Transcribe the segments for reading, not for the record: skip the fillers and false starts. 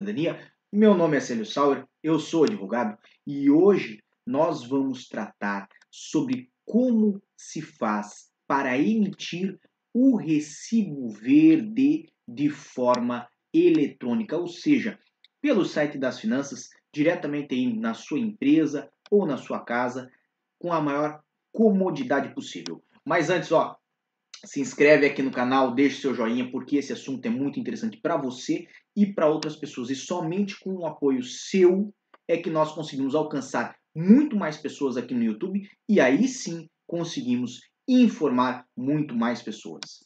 cidadania. Meu nome é Célio Sauer, eu sou advogado e hoje nós vamos tratar sobre como se faz para emitir o recibo verde de forma eletrônica, ou seja, pelo site das finanças, diretamente aí na sua empresa ou na sua casa, com a maior comodidade possível. Mas antes, se inscreve aqui no canal, deixe seu joinha, porque esse assunto é muito interessante para você e para outras pessoas. E somente com o apoio seu é que nós conseguimos alcançar muito mais pessoas aqui no YouTube e aí sim conseguimos informar muito mais pessoas.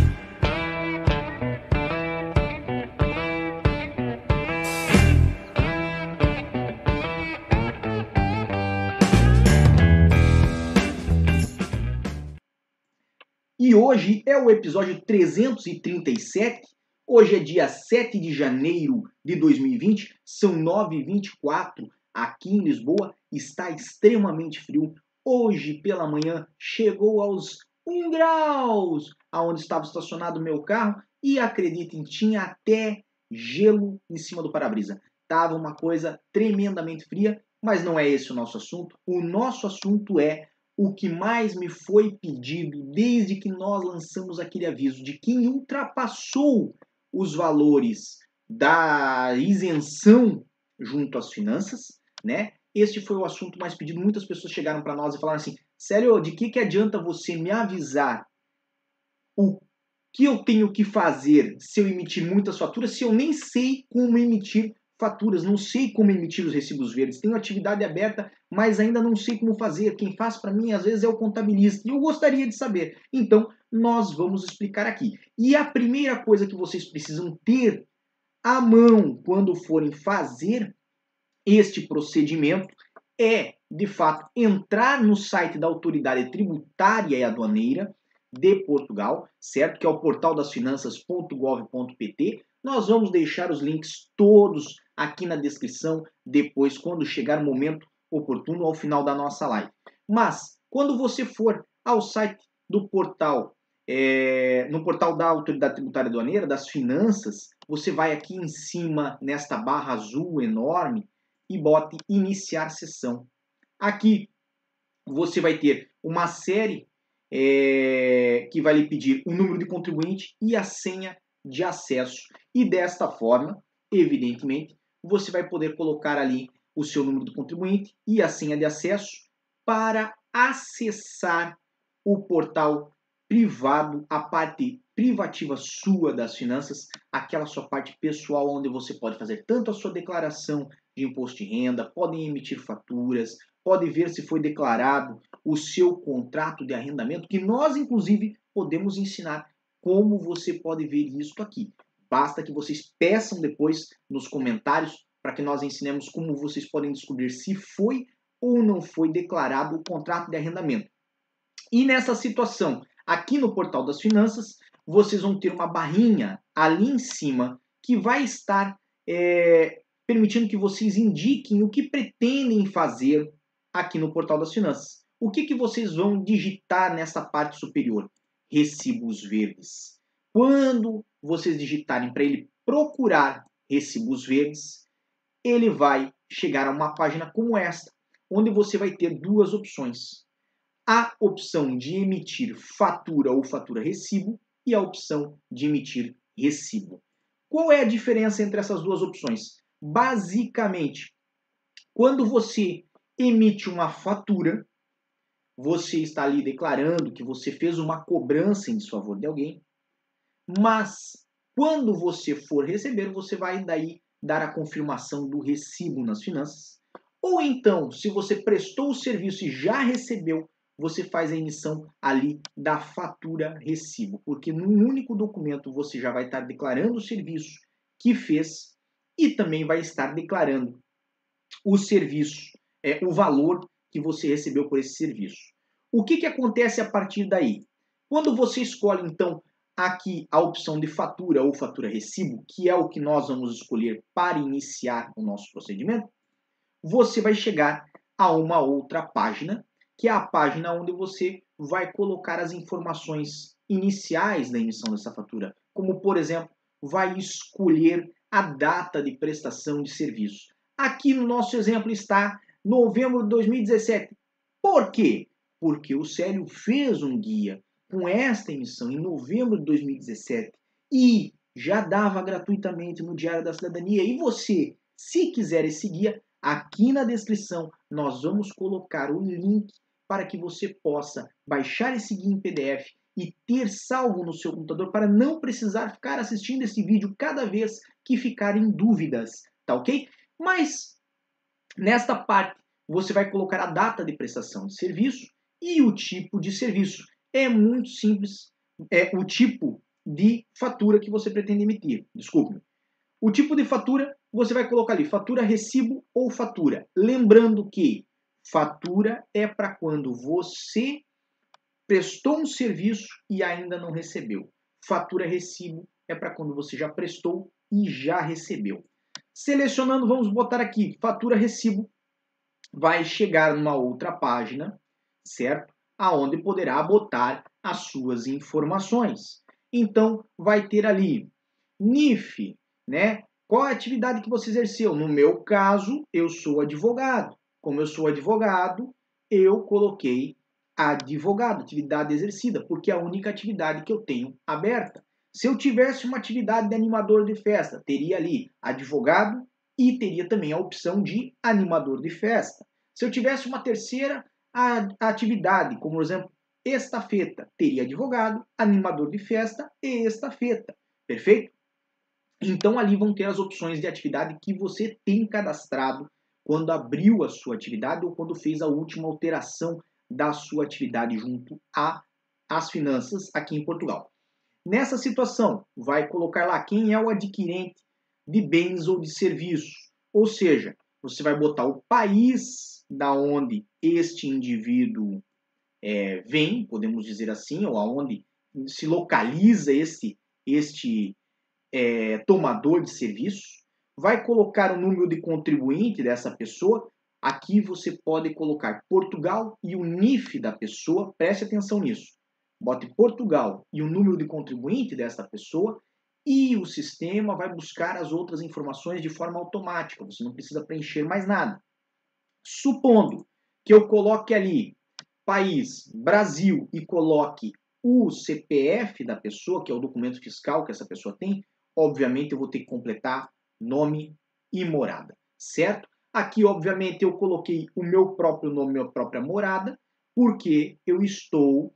E hoje é o episódio 337. Hoje é dia 7 de janeiro de 2020, são 9h24 aqui em Lisboa, está extremamente frio. Hoje pela manhã chegou aos 1 graus, aonde estava estacionado o meu carro, e acreditem, tinha até gelo em cima do para-brisa. Tava uma coisa tremendamente fria, mas não é esse o nosso assunto. O nosso assunto é o que mais me foi pedido desde que nós lançamos aquele aviso de quem ultrapassou os valores da isenção junto às finanças, né? Este foi o assunto mais pedido. Muitas pessoas chegaram para nós e falaram assim: Célio, de que adianta você me avisar o que eu tenho que fazer se eu emitir muitas faturas se eu nem sei como emitir faturas, não sei como emitir os recibos verdes, tenho atividade aberta, mas ainda não sei como fazer. Quem faz para mim, às vezes, é o contabilista. E eu gostaria de saber. Então, nós vamos explicar aqui. E a primeira coisa que vocês precisam ter à mão quando forem fazer este procedimento é, de fato, entrar no site da Autoridade Tributária e Aduaneira de Portugal, certo? Que é o portaldasfinanças.gov.pt. Nós vamos deixar os links todos aqui na descrição depois, quando chegar o momento oportuno, ao final da nossa live. Mas, quando você for ao site do portal, no portal da Autoridade Tributária e Aduaneira, das finanças, você vai aqui em cima, nesta barra azul enorme, e bote iniciar sessão. Aqui você vai ter uma série que vai lhe pedir o número de contribuinte e a senha de acesso. E desta forma, evidentemente, você vai poder colocar ali o seu número de contribuinte e a senha de acesso para acessar o portal privado, a parte privativa sua das finanças, aquela sua parte pessoal onde você pode fazer tanto a sua declaração de imposto de renda, podem emitir faturas, pode ver se foi declarado o seu contrato de arrendamento, que nós, inclusive, podemos ensinar como você pode ver isso aqui. Basta que vocês peçam depois nos comentários para que nós ensinemos como vocês podem descobrir se foi ou não foi declarado o contrato de arrendamento. E nessa situação, aqui no Portal das Finanças, vocês vão ter uma barrinha ali em cima que vai estar permitindo que vocês indiquem o que pretendem fazer aqui no Portal das Finanças. O que vocês vão digitar nessa parte superior? Recibos verdes. Quando vocês digitarem para ele procurar recibos verdes, ele vai chegar a uma página como esta, onde você vai ter duas opções. A opção de emitir fatura ou fatura-recibo e a opção de emitir recibo. Qual é a diferença entre essas duas opções? Basicamente, quando você emite uma fatura, você está ali declarando que você fez uma cobrança em desfavor de alguém, mas quando você for receber, você vai daí dar a confirmação do recibo nas finanças. Ou então, se você prestou o serviço e já recebeu, você faz a emissão ali da fatura-recibo, porque num único documento você já vai estar declarando o serviço que fez e também vai estar declarando o serviço, o valor que você recebeu por esse serviço. O que acontece a partir daí? Quando você escolhe, então, aqui a opção de fatura ou fatura-recibo, que é o que nós vamos escolher para iniciar o nosso procedimento, você vai chegar a uma outra página, que é a página onde você vai colocar as informações iniciais da emissão dessa fatura, como, por exemplo, vai escolher a data de prestação de serviço. Aqui no nosso exemplo está novembro de 2017. Por quê? Porque o Célio fez um guia com esta emissão em novembro de 2017 e já dava gratuitamente no Diário da Cidadania. E você, se quiser esse guia, aqui na descrição nós vamos colocar o link para que você possa baixar esse guia em PDF e ter salvo no seu computador para não precisar ficar assistindo esse vídeo cada vez que ficar em dúvidas, tá ok? Mas nesta parte você vai colocar a data de prestação de serviço e o tipo de serviço. É muito simples, é o tipo de fatura que você pretende emitir. Desculpe. O tipo de fatura, você vai colocar ali, fatura, recibo ou fatura. Lembrando que fatura é para quando você prestou um serviço e ainda não recebeu. Fatura, recibo é para quando você já prestou e já recebeu. Selecionando, vamos botar aqui, fatura, recibo, vai chegar numa outra página, certo? Aonde poderá botar as suas informações. Então, vai ter ali NIF, né? Qual a atividade que você exerceu? No meu caso, eu sou advogado. Como eu sou advogado, eu coloquei advogado, atividade exercida, porque é a única atividade que eu tenho aberta. Se eu tivesse uma atividade de animador de festa, teria ali advogado e teria também a opção de animador de festa. Se eu tivesse uma terceira atividade, como por exemplo, estafeta, teria advogado, animador de festa e estafeta. Perfeito? Então ali vão ter as opções de atividade que você tem cadastrado quando abriu a sua atividade ou quando fez a última alteração da sua atividade junto às finanças aqui em Portugal. Nessa situação, vai colocar lá quem é o adquirente de bens ou de serviços. Ou seja, você vai botar o país da onde este indivíduo vem, podemos dizer assim, ou aonde se localiza este tomador de serviço, vai colocar o número de contribuinte dessa pessoa. Aqui você pode colocar Portugal e o NIF da pessoa, preste atenção nisso. Bote Portugal e o número de contribuinte dessa pessoa e o sistema vai buscar as outras informações de forma automática, você não precisa preencher mais nada. Supondo que eu coloque ali país, Brasil, e coloque o CPF da pessoa, que é o documento fiscal que essa pessoa tem, obviamente eu vou ter que completar nome e morada, certo? Aqui, obviamente, eu coloquei o meu próprio nome, minha própria morada, porque eu estou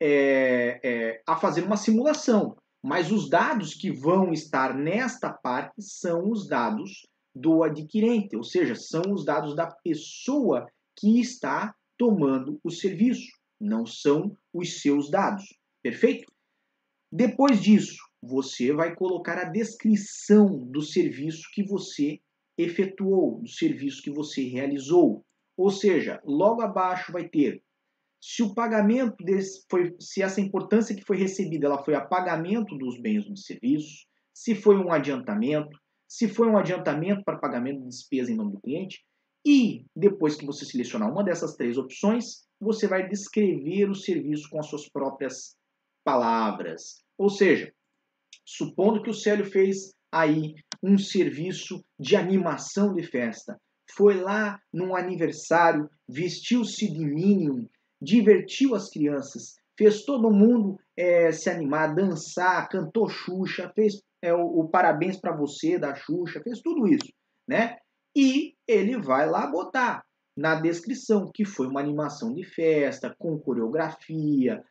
a fazer uma simulação. Mas os dados que vão estar nesta parte são os dados do adquirente, ou seja, são os dados da pessoa que está tomando o serviço, não são os seus dados, perfeito? Depois disso, você vai colocar a descrição do serviço que você efetuou, do serviço que você realizou. Ou seja, logo abaixo vai ter se o pagamento se essa importância que foi recebida, ela foi a pagamento dos bens ou serviços, se foi um adiantamento, se foi um adiantamento para pagamento de despesa em nome do cliente, e depois que você selecionar uma dessas três opções, você vai descrever o serviço com as suas próprias palavras. Ou seja, supondo que o Célio fez aí um serviço de animação de festa, foi lá num aniversário, vestiu-se de Minion, divertiu as crianças, fez todo mundo se animar, dançar, cantou Xuxa, fez o parabéns para você da Xuxa, fez tudo isso, né? E ele vai lá botar na descrição que foi uma animação de festa, com coreografia,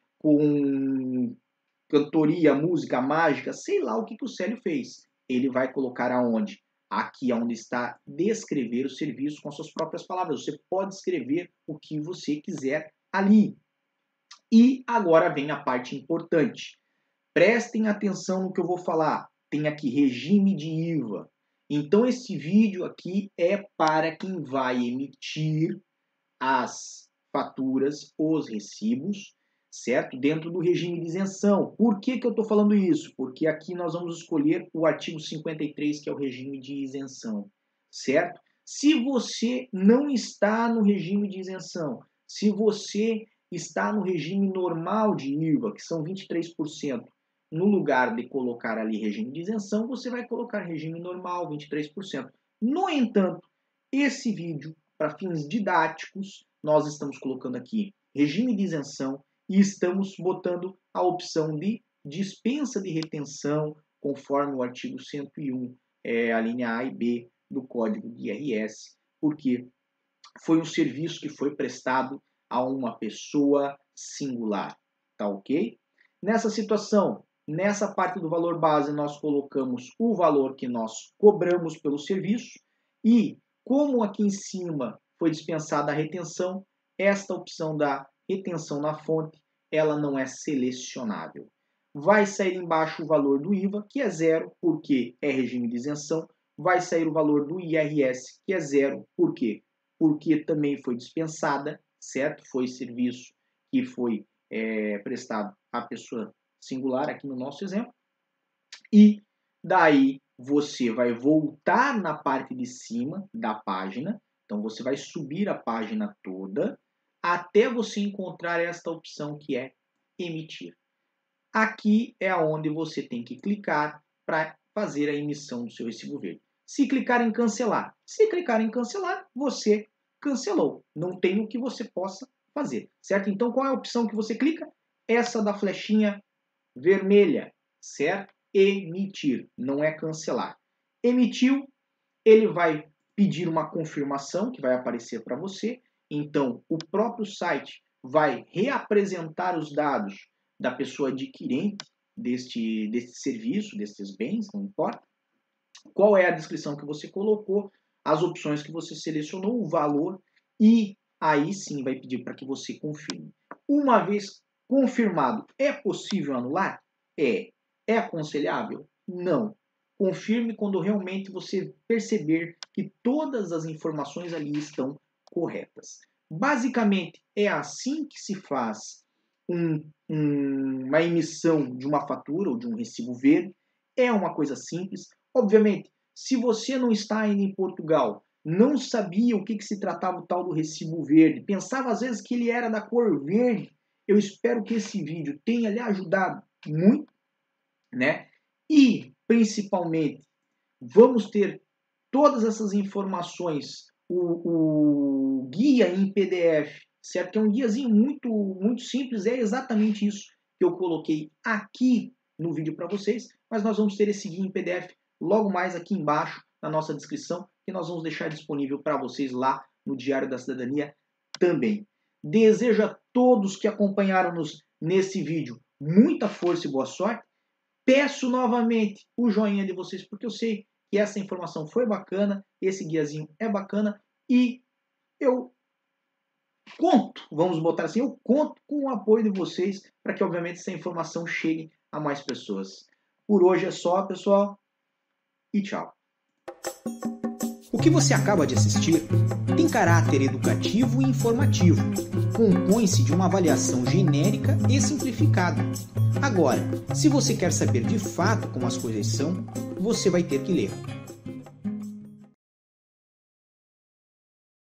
com cantoria, música, mágica, sei lá o que o Célio fez. Ele vai colocar aonde? Aqui onde está descrever o serviço com suas próprias palavras. Você pode escrever o que você quiser ali. E agora vem a parte importante. Prestem atenção no que eu vou falar. Tem aqui regime de IVA. Então esse vídeo aqui é para quem vai emitir as faturas, os recibos, certo? Dentro do regime de isenção. Por que eu estou falando isso? Porque aqui nós vamos escolher o artigo 53, que é o regime de isenção, certo? Se você não está no regime de isenção, se você está no regime normal de IVA, que são 23%, no lugar de colocar ali regime de isenção, você vai colocar regime normal, 23%. No entanto, esse vídeo, para fins didáticos, nós estamos colocando aqui regime de isenção e estamos botando a opção de dispensa de retenção, conforme o artigo 101, a linha A e B do Código de IRS, porque foi um serviço que foi prestado a uma pessoa singular, tá ok? Nessa situação, nessa parte do valor base, nós colocamos o valor que nós cobramos pelo serviço e, como aqui em cima foi dispensada a retenção, esta opção da retenção na fonte, ela não é selecionável. Vai sair embaixo o valor do IVA, que é zero, porque é regime de isenção. Vai sair o valor do IRS, que é zero, por quê? Porque também foi dispensada, certo? Foi serviço que foi prestado à pessoa singular, aqui no nosso exemplo. E daí você vai voltar na parte de cima da página. Então você vai subir a página toda até você encontrar esta opção que é emitir. Aqui é onde você tem que clicar para fazer a emissão do seu recibo verde. Se clicar em cancelar, você cancelou. Não tem o que você possa fazer, certo? Então, qual é a opção que você clica? Essa da flechinha vermelha, certo? Emitir, não é cancelar. Emitiu, ele vai pedir uma confirmação que vai aparecer para você. Então, o próprio site vai reapresentar os dados da pessoa adquirente deste serviço, destes bens, não importa. Qual é a descrição que você colocou, as opções que você selecionou, o valor, e aí sim vai pedir para que você confirme. Uma vez confirmado, é possível anular? É. É aconselhável? Não. Confirme quando realmente você perceber que todas as informações ali estão corretas. Basicamente, é assim que se faz uma emissão de uma fatura ou de um recibo verde. É uma coisa simples. Obviamente, se você não está ainda em Portugal, não sabia o que se tratava o tal do recibo verde, pensava às vezes que ele era da cor verde, eu espero que esse vídeo tenha lhe ajudado muito, né? E, principalmente, vamos ter todas essas informações, o guia em PDF, certo? Que é um guiazinho muito simples, é exatamente isso que eu coloquei aqui no vídeo para vocês, mas nós vamos ter esse guia em PDF logo mais aqui embaixo na nossa descrição, que nós vamos deixar disponível para vocês lá no Diário da Cidadania também. Desejo a todos que acompanharam-nos nesse vídeo muita força e boa sorte. Peço novamente o joinha de vocês, porque eu sei que essa informação foi bacana, esse guiazinho é bacana, e eu conto, vamos botar assim, eu conto com o apoio de vocês para que, obviamente, essa informação chegue a mais pessoas. Por hoje é só, pessoal, e tchau. O que você acaba de assistir tem caráter educativo e informativo. Compõe-se de uma avaliação genérica e simplificada. Agora, se você quer saber de fato como as coisas são, você vai ter que ler.